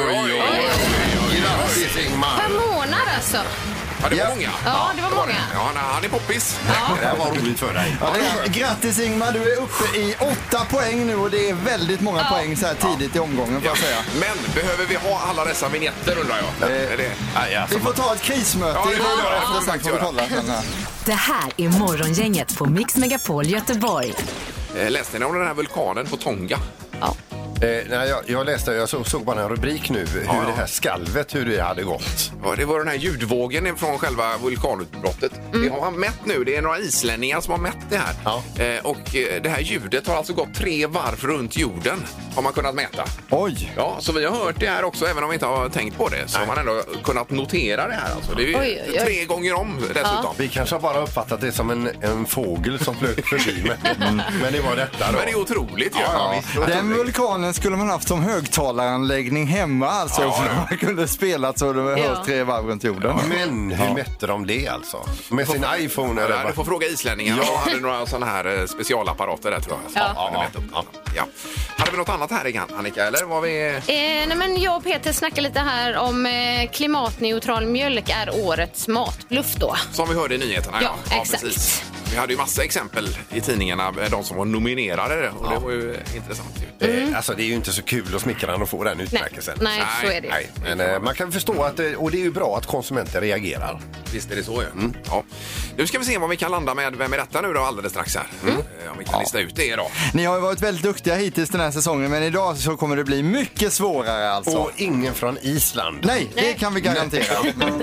[SPEAKER 4] Grattis Ingmar.
[SPEAKER 6] Per månad alltså?
[SPEAKER 3] Ja, det var många.
[SPEAKER 6] Ja, det var många.
[SPEAKER 3] Ja, han är poppis.
[SPEAKER 4] Det här var roligt för dig.
[SPEAKER 5] Ja, grattis Ingmar, du är uppe i 8 poäng nu och det är väldigt många poäng så här tidigt i omgången får jag säga.
[SPEAKER 3] Men behöver vi ha alla dessa vignetter undrar jag? Är det?
[SPEAKER 5] Vi får ta ett krismöte
[SPEAKER 3] Ja, det får vi göra.
[SPEAKER 5] efter
[SPEAKER 3] Ja,
[SPEAKER 5] sen får vi kolla sen här.
[SPEAKER 2] Det här är Morgongänget på Mix Megapol Göteborg.
[SPEAKER 3] Läste ni om den här vulkanen på Tonga?
[SPEAKER 6] Ja.
[SPEAKER 4] Nej, jag såg bara en rubrik nu hur det här skalvet, hur det hade gått.
[SPEAKER 3] Ja, det var den här ljudvågen från själva vulkanutbrottet. Det har man mätt nu. Det är några islänningar som har mätt det här.
[SPEAKER 4] Ja.
[SPEAKER 3] Och det här ljudet har alltså gått 3 varv runt jorden. Har man kunnat mäta.
[SPEAKER 5] Oj!
[SPEAKER 3] Ja, så vi har hört det här också, även om vi inte har tänkt på det. Så har man ändå kunnat notera det här. Alltså. Det är ju
[SPEAKER 6] Oj.
[SPEAKER 3] 3 gånger om dessutom.
[SPEAKER 4] Vi kanske har bara uppfattat det som en fågel som flög förbi. Men det var detta då.
[SPEAKER 3] Men det är otroligt ju.
[SPEAKER 4] Ja, visst.
[SPEAKER 5] Den vulkanen skulle man haft som högtalaranläggning hemma alltså.
[SPEAKER 3] Ja,
[SPEAKER 5] Så
[SPEAKER 3] ja.
[SPEAKER 5] man kunde spela så det hörs 3 varv runt jorden.
[SPEAKER 4] Men hur mätte de det alltså? Med sin iPhone eller
[SPEAKER 3] Du
[SPEAKER 4] vad?
[SPEAKER 3] får fråga islänningarna. Ja. Hade några sådana här specialapparater där tror jag. Ja. Hade vi något annat här Annika, eller var vi...
[SPEAKER 6] Nej, men jag och Peter snackade lite här om klimatneutral mjölk är årets matbluff då.
[SPEAKER 3] Som vi hörde i nyheterna.
[SPEAKER 6] Ja, exakt.
[SPEAKER 3] Precis. Vi hade ju massa exempel i tidningarna, de som var nominerade och det var ju intressant.
[SPEAKER 4] Alltså det är ju inte så kul och smickrande att få den utmärkelsen.
[SPEAKER 6] Nej, så är det ju.
[SPEAKER 4] Nej. Men man kan förstå att, och det är ju bra att konsumenter reagerar.
[SPEAKER 3] Visst är det så ju. Ja. Nu ska vi se vad vi kan landa med. Vem är detta nu då alldeles strax här? Om vi kan lista ut det idag.
[SPEAKER 5] Ni har ju varit väldigt duktiga hittills den här säsongen, men idag så kommer det bli mycket svårare alltså.
[SPEAKER 4] Och ingen från Island.
[SPEAKER 5] Nej, det kan vi garantera.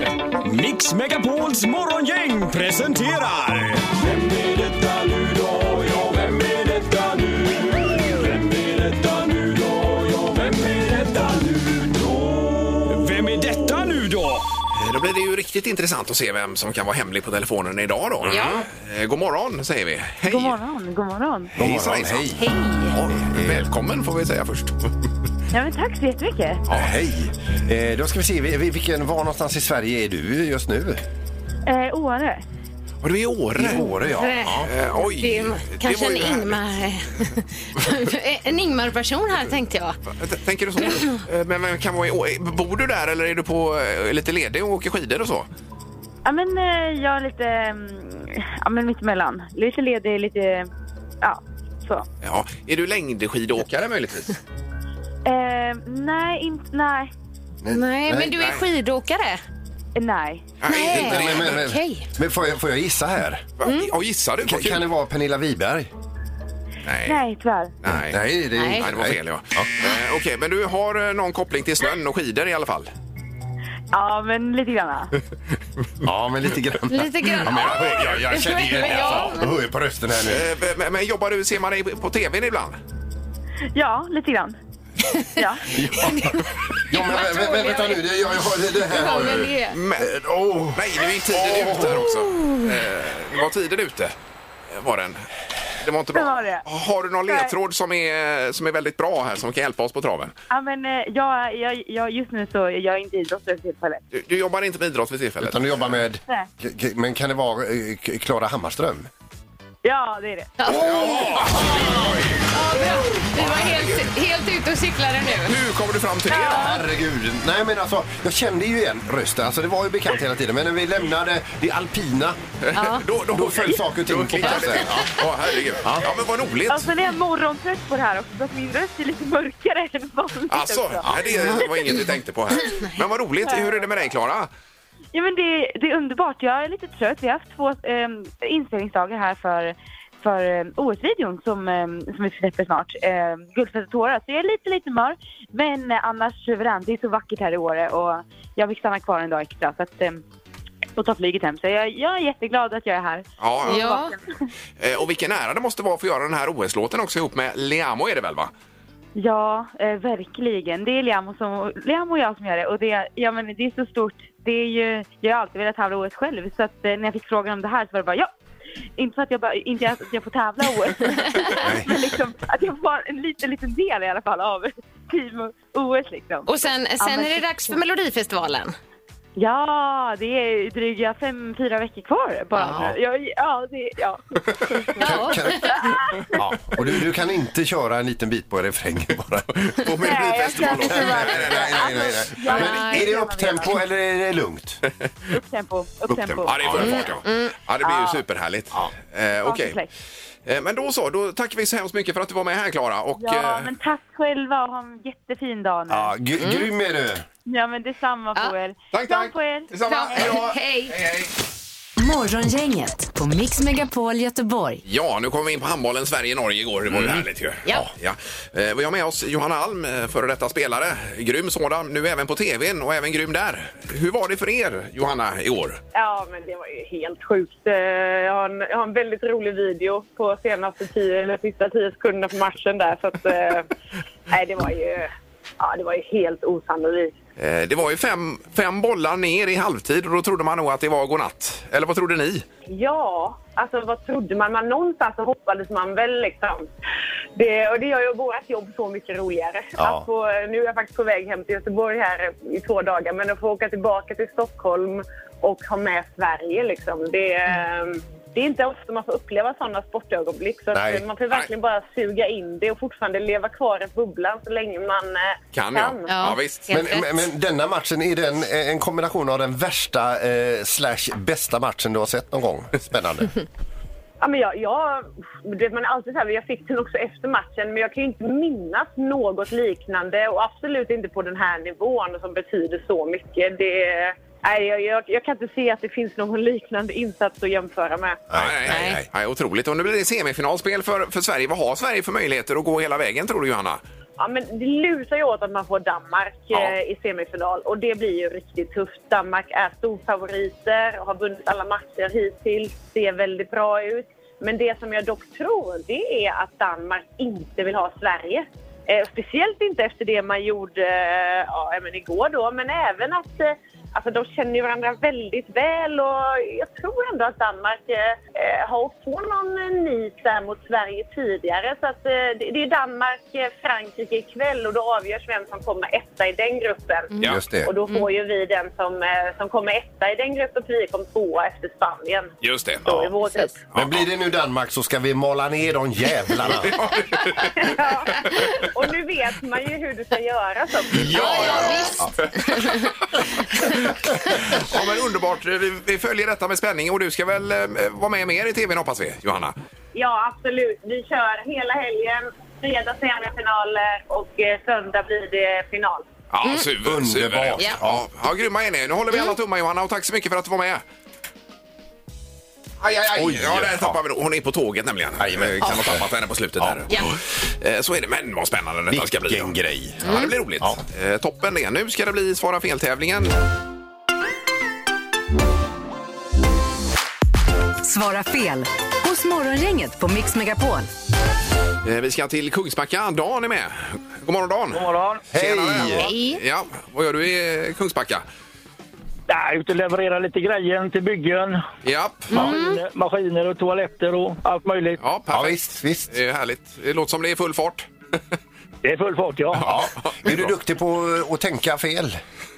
[SPEAKER 10] Mix Megapols morgongäng presenterar... Vem är detta nu då? Ja, vem är detta nu? Vem är detta nu då? Ja, vem är detta nu då? Vem är detta nu då?
[SPEAKER 3] Då blir det ju riktigt intressant att se vem som kan vara hemlig på telefonen idag då.
[SPEAKER 6] Ja.
[SPEAKER 3] God morgon säger vi. Hej.
[SPEAKER 11] God morgon, god morgon.
[SPEAKER 3] Hejsan, hejsan.
[SPEAKER 4] Hej.
[SPEAKER 3] Ja, välkommen får vi säga först.
[SPEAKER 11] Ja, men tack så jättemycket.
[SPEAKER 4] Ja, hej. Då ska vi se, var någonstans i Sverige är du just nu?
[SPEAKER 11] Åre.
[SPEAKER 3] Och du är i Åre?
[SPEAKER 4] I Åre, ja.
[SPEAKER 3] Oj.
[SPEAKER 6] Det är kanske
[SPEAKER 3] var
[SPEAKER 6] en
[SPEAKER 3] ju här.
[SPEAKER 6] Ingmar... en Ingmar-person här tänkte jag.
[SPEAKER 3] Tänker du så? Men vem kan vara i Åre? Bor du där eller är du på lite ledig och åker skidor och så?
[SPEAKER 11] Ja, men jag är lite... Ja, men mittemellan. Lite ledig, lite... Ja, så.
[SPEAKER 3] Ja. Är du längdskidåkare möjligtvis?
[SPEAKER 11] Nej, inte... Nej.
[SPEAKER 6] Nej, men du är skidåkare.
[SPEAKER 11] Nej.
[SPEAKER 4] Men får jag gissa här?
[SPEAKER 3] Ja, gissar du?
[SPEAKER 4] Kan det vara Pernilla Wiberg?
[SPEAKER 11] Nej, tyvärr.
[SPEAKER 3] Nej, det var fel. Ja. Okej, men du har någon koppling till snön och skidor i alla fall?
[SPEAKER 11] Ja, men lite grann.
[SPEAKER 4] Ja, men lite grann.
[SPEAKER 6] Lite grann.
[SPEAKER 4] Ja, men jag känner ju det. Jag hör ju på rösten här nu.
[SPEAKER 3] Men jobbar du, ser man dig på tvn ibland?
[SPEAKER 11] Ja, lite grann. Ja.
[SPEAKER 4] Men vänta nu. Jag har det här.
[SPEAKER 3] Nej, nu är tiden ute här också. Var tiden ute? Var den? Det var inte bra. Har du någon ledtråd som är väldigt bra här som kan hjälpa oss på traven?
[SPEAKER 11] Ja, men jag just nu så jag är inte idrottare för tillfället.
[SPEAKER 3] Du jobbar inte med idrott för tillfället?
[SPEAKER 4] Utan du jobbar med... Men kan det vara Klara Hammarström?
[SPEAKER 11] Ja, det är det.
[SPEAKER 6] Vi var helt ute och cyklade nu.
[SPEAKER 3] Hur kommer du fram till det?
[SPEAKER 4] Herregud. Nej, men alltså, jag kände ju igen rösten. Alltså, det var ju bekant hela tiden. Men när vi lämnade det alpina, då föll saker och ting på plats.
[SPEAKER 3] Ja, herregud. Ja, men vad roligt.
[SPEAKER 11] Alltså, det är morgontrött på det här också. Så att min röst är lite mörkare än vanligt.
[SPEAKER 3] Alltså, det var inget vi tänkte på här. Men vad roligt. Hur är det med dig, Klara?
[SPEAKER 11] Ja, men det är underbart. Jag är lite trött. Vi har haft 2 inspelningsdagar här för OS-videon som vi släpper snart. Guldfett och tårar. Så jag är lite mör. Men annars suveränt. Det är så vackert här i Åre. Och jag fick stanna kvar en dag extra. Så att, och ta flyget hem. Så jag är jätteglad att jag är här.
[SPEAKER 3] Ja. Och vilken ära det måste vara för att göra den här OS-låten också ihop med Liamo, är det väl, va?
[SPEAKER 11] Ja, verkligen. Det är Liamo och jag som gör det. Och det är så stort. Det är ju, jag har alltid velat tävla OS själv. Så att när jag fick frågan om det här så var det bara ja. Inte för att jag får tävla OS. Men liksom att jag får en liten del i alla fall av team OS liksom.
[SPEAKER 6] Och sen är det dags för Melodifestivalen.
[SPEAKER 11] Ja, det är dryga 5-4 veckor kvar bara. Ja.
[SPEAKER 4] Och du kan inte köra en liten bit på refrängen bara.
[SPEAKER 11] Nej.
[SPEAKER 4] Men är det upptempo eller är det lugnt?
[SPEAKER 11] Upptempo.
[SPEAKER 3] Ja, det är full fart, ja. Det blir ju superhärligt. Okej. Men då tackar vi så hemskt mycket för att du var med här, Klara.
[SPEAKER 11] Ja, men tack själva och ha en jättefin dag nu.
[SPEAKER 4] Ja, grym är du.
[SPEAKER 11] Ja, men detsamma på er.
[SPEAKER 3] Tack.
[SPEAKER 11] På er.
[SPEAKER 3] Detsamma.
[SPEAKER 6] Hej.
[SPEAKER 2] Morgongänget på Mix Megapol Göteborg.
[SPEAKER 3] Ja, nu kommer vi in på handbollen Sverige-Norge igår. Det var ju härligt ju. Ja. Vi har med oss Johanna Alm, före detta spelare. Grym sådan, nu även på tvn och även grym där. Hur var det för er, Johanna, igår?
[SPEAKER 12] Ja, men det var ju helt sjukt. Jag har en väldigt rolig video på sista 10 sekunderna på matchen där. Så att, nej, det var ju helt osannolikt.
[SPEAKER 3] Det var ju fem bollar ner i halvtid och då trodde man nog att det var godnatt. Eller vad trodde ni?
[SPEAKER 12] Ja, alltså vad trodde man? Någonstans så hoppades man väl liksom. Och det gör ju vårt jobb så mycket roligare.
[SPEAKER 4] Ja.
[SPEAKER 12] Nu är jag faktiskt på väg hem till Göteborg här i 2 dagar. Men att få åka tillbaka till Stockholm och ha med Sverige liksom. Det är inte ofta man får uppleva sådana sportögonblick. Så att man får verkligen bara suga in det och fortfarande leva kvar i bubblan så länge man kan.
[SPEAKER 3] Ja, visst.
[SPEAKER 4] Men denna matchen, är den en kombination av den värsta / bästa matchen du har sett någon gång? Spännande.
[SPEAKER 12] Ja, men man är alltid så här, jag fick den också efter matchen, men jag kan ju inte minnas något liknande och absolut inte på den här nivån som betyder så mycket. Jag kan inte se att det finns någon liknande insats att jämföra med.
[SPEAKER 3] Nej, otroligt. Och nu blir det semifinalspel för Sverige. Vad har Sverige för möjligheter att gå hela vägen, tror du, Johanna?
[SPEAKER 12] Ja, men det lusar ju åt att man får Danmark i semifinal och det blir ju riktigt tufft. Danmark är storfavoriter och har vunnit alla matcher hittills. Ser väldigt bra ut. Men det som jag dock tror, det är att Danmark inte vill ha Sverige. Speciellt inte efter det man gjorde igår då, men även att alltså, de känner ju varandra väldigt väl och jag tror ändå att Danmark har fått någon nit där mot Sverige tidigare. Så att, det är Danmark-Frankrike ikväll och då avgörs vem som kommer etta i den gruppen.
[SPEAKER 4] Just det.
[SPEAKER 12] Och då får ju vi den som kommer etta i den gruppen för vi kom 2 efter Spanien.
[SPEAKER 3] Just det.
[SPEAKER 12] Så i vår grupp.
[SPEAKER 4] Men blir det nu Danmark så ska vi mala ner de jävlarna.
[SPEAKER 12] Ja. Och nu vet man ju hur du ska göra. Så.
[SPEAKER 3] Ja, visst. Ja, men underbart. Vi följer detta med spänning och du ska väl vara med mer i tvn, hoppas vi, Johanna?
[SPEAKER 12] Ja, absolut. Vi kör hela helgen. Fredag semifinaler och söndag blir det final.
[SPEAKER 3] Ja,
[SPEAKER 4] Underbart.
[SPEAKER 3] Ja, grymma är ni. Nu håller vi alla tummar, Johanna, och tack så mycket för att du var med. Aj.
[SPEAKER 4] Oj,
[SPEAKER 3] ja, där tappar vi då. Hon är på tåget nämligen. Men kan ha tappat henne på slutet där.
[SPEAKER 6] Ja.
[SPEAKER 3] Så är det, men vad spännande detta ska bli.
[SPEAKER 4] Vilken grej.
[SPEAKER 3] Ja, det blir roligt. Toppen det. Nu ska det bli Svara fel-tävlingen.
[SPEAKER 2] Svara fel hos Morgongänget på Mix Megapol.
[SPEAKER 3] Vi ska till Kungsbacka. Dan är med. God morgon, Dan.
[SPEAKER 13] God morgon.
[SPEAKER 6] Hej.
[SPEAKER 3] Ja, vad gör du i Kungsbacka?
[SPEAKER 13] Ute och leverera lite grejer till byggen.
[SPEAKER 3] Ja.
[SPEAKER 13] Maskiner och toaletter och allt möjligt.
[SPEAKER 3] Ja, perfekt.
[SPEAKER 4] Visst.
[SPEAKER 3] Det är härligt. Det låter som det är full fart.
[SPEAKER 13] Det är full fart, ja.
[SPEAKER 4] Är du duktig på att tänka fel?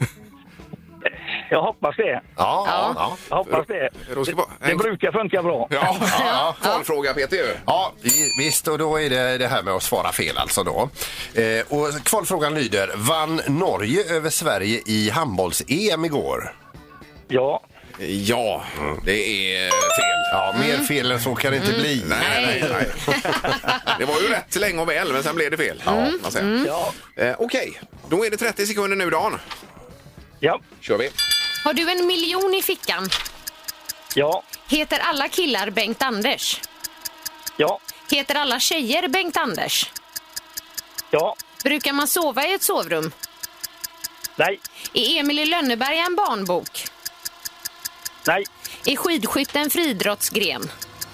[SPEAKER 13] Jag hoppas det.
[SPEAKER 4] Ja.
[SPEAKER 13] Jag hoppas det. Det brukar funka bra.
[SPEAKER 3] Ja, kvalfråga Peter.
[SPEAKER 4] Ja, visst, och då är det här med att svara fel alltså då. Och kvalfrågan lyder, vann Norge över Sverige i handbolls-EM igår?
[SPEAKER 13] Ja.
[SPEAKER 3] Ja, det är fel.
[SPEAKER 4] Ja, mer fel än så kan det inte bli.
[SPEAKER 3] Nej. Det var ju rätt länge och väl, men sen blev det fel. Man säger. Okej, då är det 30 sekunder nu, Dan.
[SPEAKER 13] Ja.
[SPEAKER 3] Kör vi.
[SPEAKER 6] Har du 1 miljon i fickan?
[SPEAKER 13] Ja.
[SPEAKER 6] Heter alla killar Bengt Anders?
[SPEAKER 13] Ja.
[SPEAKER 6] Heter alla tjejer Bengt Anders?
[SPEAKER 13] Ja.
[SPEAKER 6] Brukar man sova i ett sovrum?
[SPEAKER 13] Nej.
[SPEAKER 6] Är Emil i Lönneberga en barnbok?
[SPEAKER 13] Nej.
[SPEAKER 6] Är skidskytte en friidrottsgren?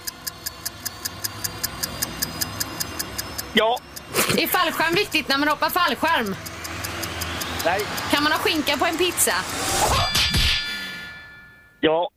[SPEAKER 13] Ja.
[SPEAKER 6] Är fallskärm viktigt när man hoppar fallskärm?
[SPEAKER 13] Nej.
[SPEAKER 6] Kan man ha skinka på en pizza?
[SPEAKER 13] Ja.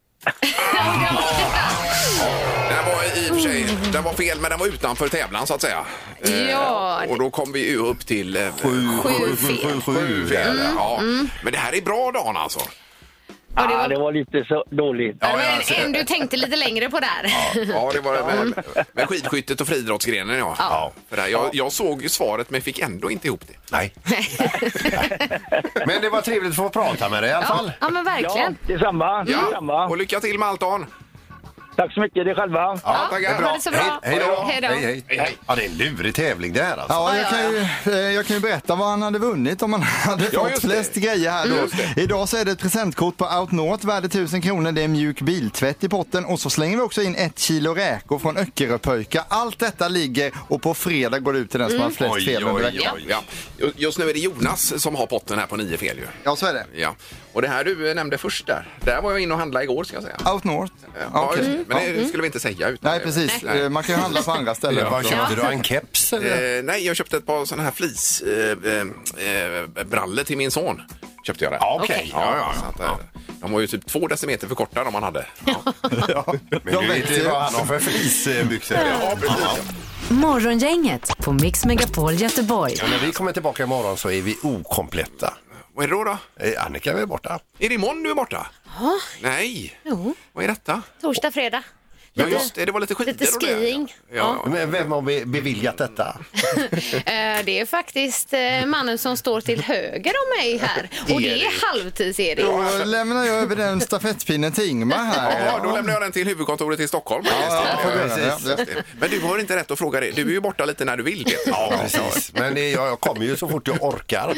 [SPEAKER 3] Den var i och för sig, den var fel, men den var utanför tävlan så att säga.
[SPEAKER 6] Ja.
[SPEAKER 3] Och då kom vi ju upp till 7 fel. Ja. Men det här är bra, Dan, alltså.
[SPEAKER 13] Det var lite så dåligt.
[SPEAKER 6] Men du tänkte lite längre på där.
[SPEAKER 3] Ja, det var med skidskyttet och friidrottsgrenen, ja. För där, jag såg ju svaret, men fick ändå inte ihop det.
[SPEAKER 4] Nej. Men det var trevligt att få prata med dig i alla fall.
[SPEAKER 6] Ja, men verkligen.
[SPEAKER 13] Ja, detsamma.
[SPEAKER 3] Och lycka till med allt, Dan.
[SPEAKER 13] Tack så mycket, det själva.
[SPEAKER 3] Ja, tackar.
[SPEAKER 6] Ha det så bra.
[SPEAKER 4] Hej då.
[SPEAKER 6] Hej då.
[SPEAKER 4] Ja, det är en lurig tävling det här alltså.
[SPEAKER 5] Ja, jag kan ju berätta vad han hade vunnit om han hade fått flest grejer här då. Idag så är det ett presentkort på Outnorth värde 1000 kronor. Det är mjuk biltvätt i potten och så slänger vi också in 1 kilo räkor från Öckeröpöjka. Allt detta ligger och på fredag går det ut till den som har flest fel under veckan.
[SPEAKER 3] Ja. Just nu är det Jonas som har potten här på 9 fel ju.
[SPEAKER 5] Ja, så är det.
[SPEAKER 3] Ja. Och det här du nämnde först där var jag inne och handlade igår, ska jag säga.
[SPEAKER 5] Outnorth.
[SPEAKER 3] Ja, men det skulle vi inte säga. Utan
[SPEAKER 5] Nej, precis.
[SPEAKER 3] Nej.
[SPEAKER 5] Man kan ju handla på andra ställen.
[SPEAKER 4] Vad köpte du? En keps?
[SPEAKER 3] Nej, jag köpte ett par sådana här fleecebrallor till min son. Köpte jag det.
[SPEAKER 4] Okej.
[SPEAKER 3] Ja. Så att, de var ju typ 2 decimeter för korta de man hade.
[SPEAKER 4] Men du vet ju vad han har för fleecebyxor.
[SPEAKER 3] Ja, precis.
[SPEAKER 2] Morgongänget på Mix Megapol Göteborg.
[SPEAKER 4] Ja, när vi kommer tillbaka imorgon så är vi okompletta.
[SPEAKER 3] Vad är det då?
[SPEAKER 4] Annika är borta.
[SPEAKER 3] Är det imorgon du är borta?
[SPEAKER 6] Ja.
[SPEAKER 3] Nej.
[SPEAKER 6] Jo.
[SPEAKER 3] Vad är detta?
[SPEAKER 6] Torsdag, fredag.
[SPEAKER 3] Ja, just det. Det var lite skidor.
[SPEAKER 6] Lite skiing.
[SPEAKER 3] Ja.
[SPEAKER 4] Men vem har beviljat detta?
[SPEAKER 6] Det är faktiskt mannen som står till höger om mig här. Och det är halvtids-Erik.
[SPEAKER 5] Då lämnar jag över den stafettpinnen till Ingmar här.
[SPEAKER 3] Ja, då lämnar jag den till huvudkontoret i Stockholm. Men du har inte rätt att fråga det. Du är ju borta lite när du vill, Peter.
[SPEAKER 4] Ja, precis. Men jag kommer ju så fort jag orkar.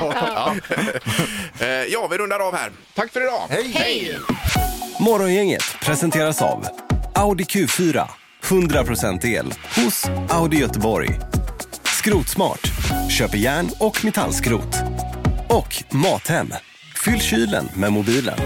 [SPEAKER 3] Ja, vi rundar av här. Tack för idag.
[SPEAKER 6] Hej!
[SPEAKER 10] Morgongänget presenteras av Audi Q4. 100% el hos Audi Göteborg. Skrotsmart. Köper järn och metallskrot. Och Mathem. Fyll kylen med mobilen.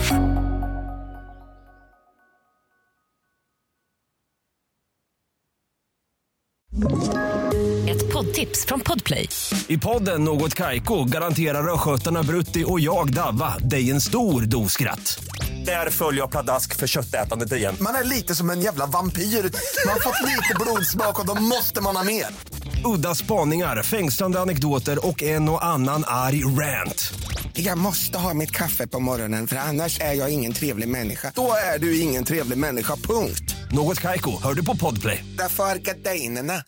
[SPEAKER 2] Ett poddtips från Podplay.
[SPEAKER 14] I podden Något Kaiko garanterar röskötarna Brutti och jag Davva dig en stor doskratt. Där följer jag pladask för köttätandet igen.
[SPEAKER 15] Man är lite som en jävla vampyr. Man har fått lite blodsmak och då måste man ha mer.
[SPEAKER 14] Udda spaningar, fängslande anekdoter och en och annan arg rant.
[SPEAKER 15] Jag måste ha mitt kaffe på morgonen för annars är jag ingen trevlig människa. Då är du ingen trevlig människa, punkt.
[SPEAKER 14] Något Kaiko, hör du på Podplay.
[SPEAKER 15] Därför är gardinerna.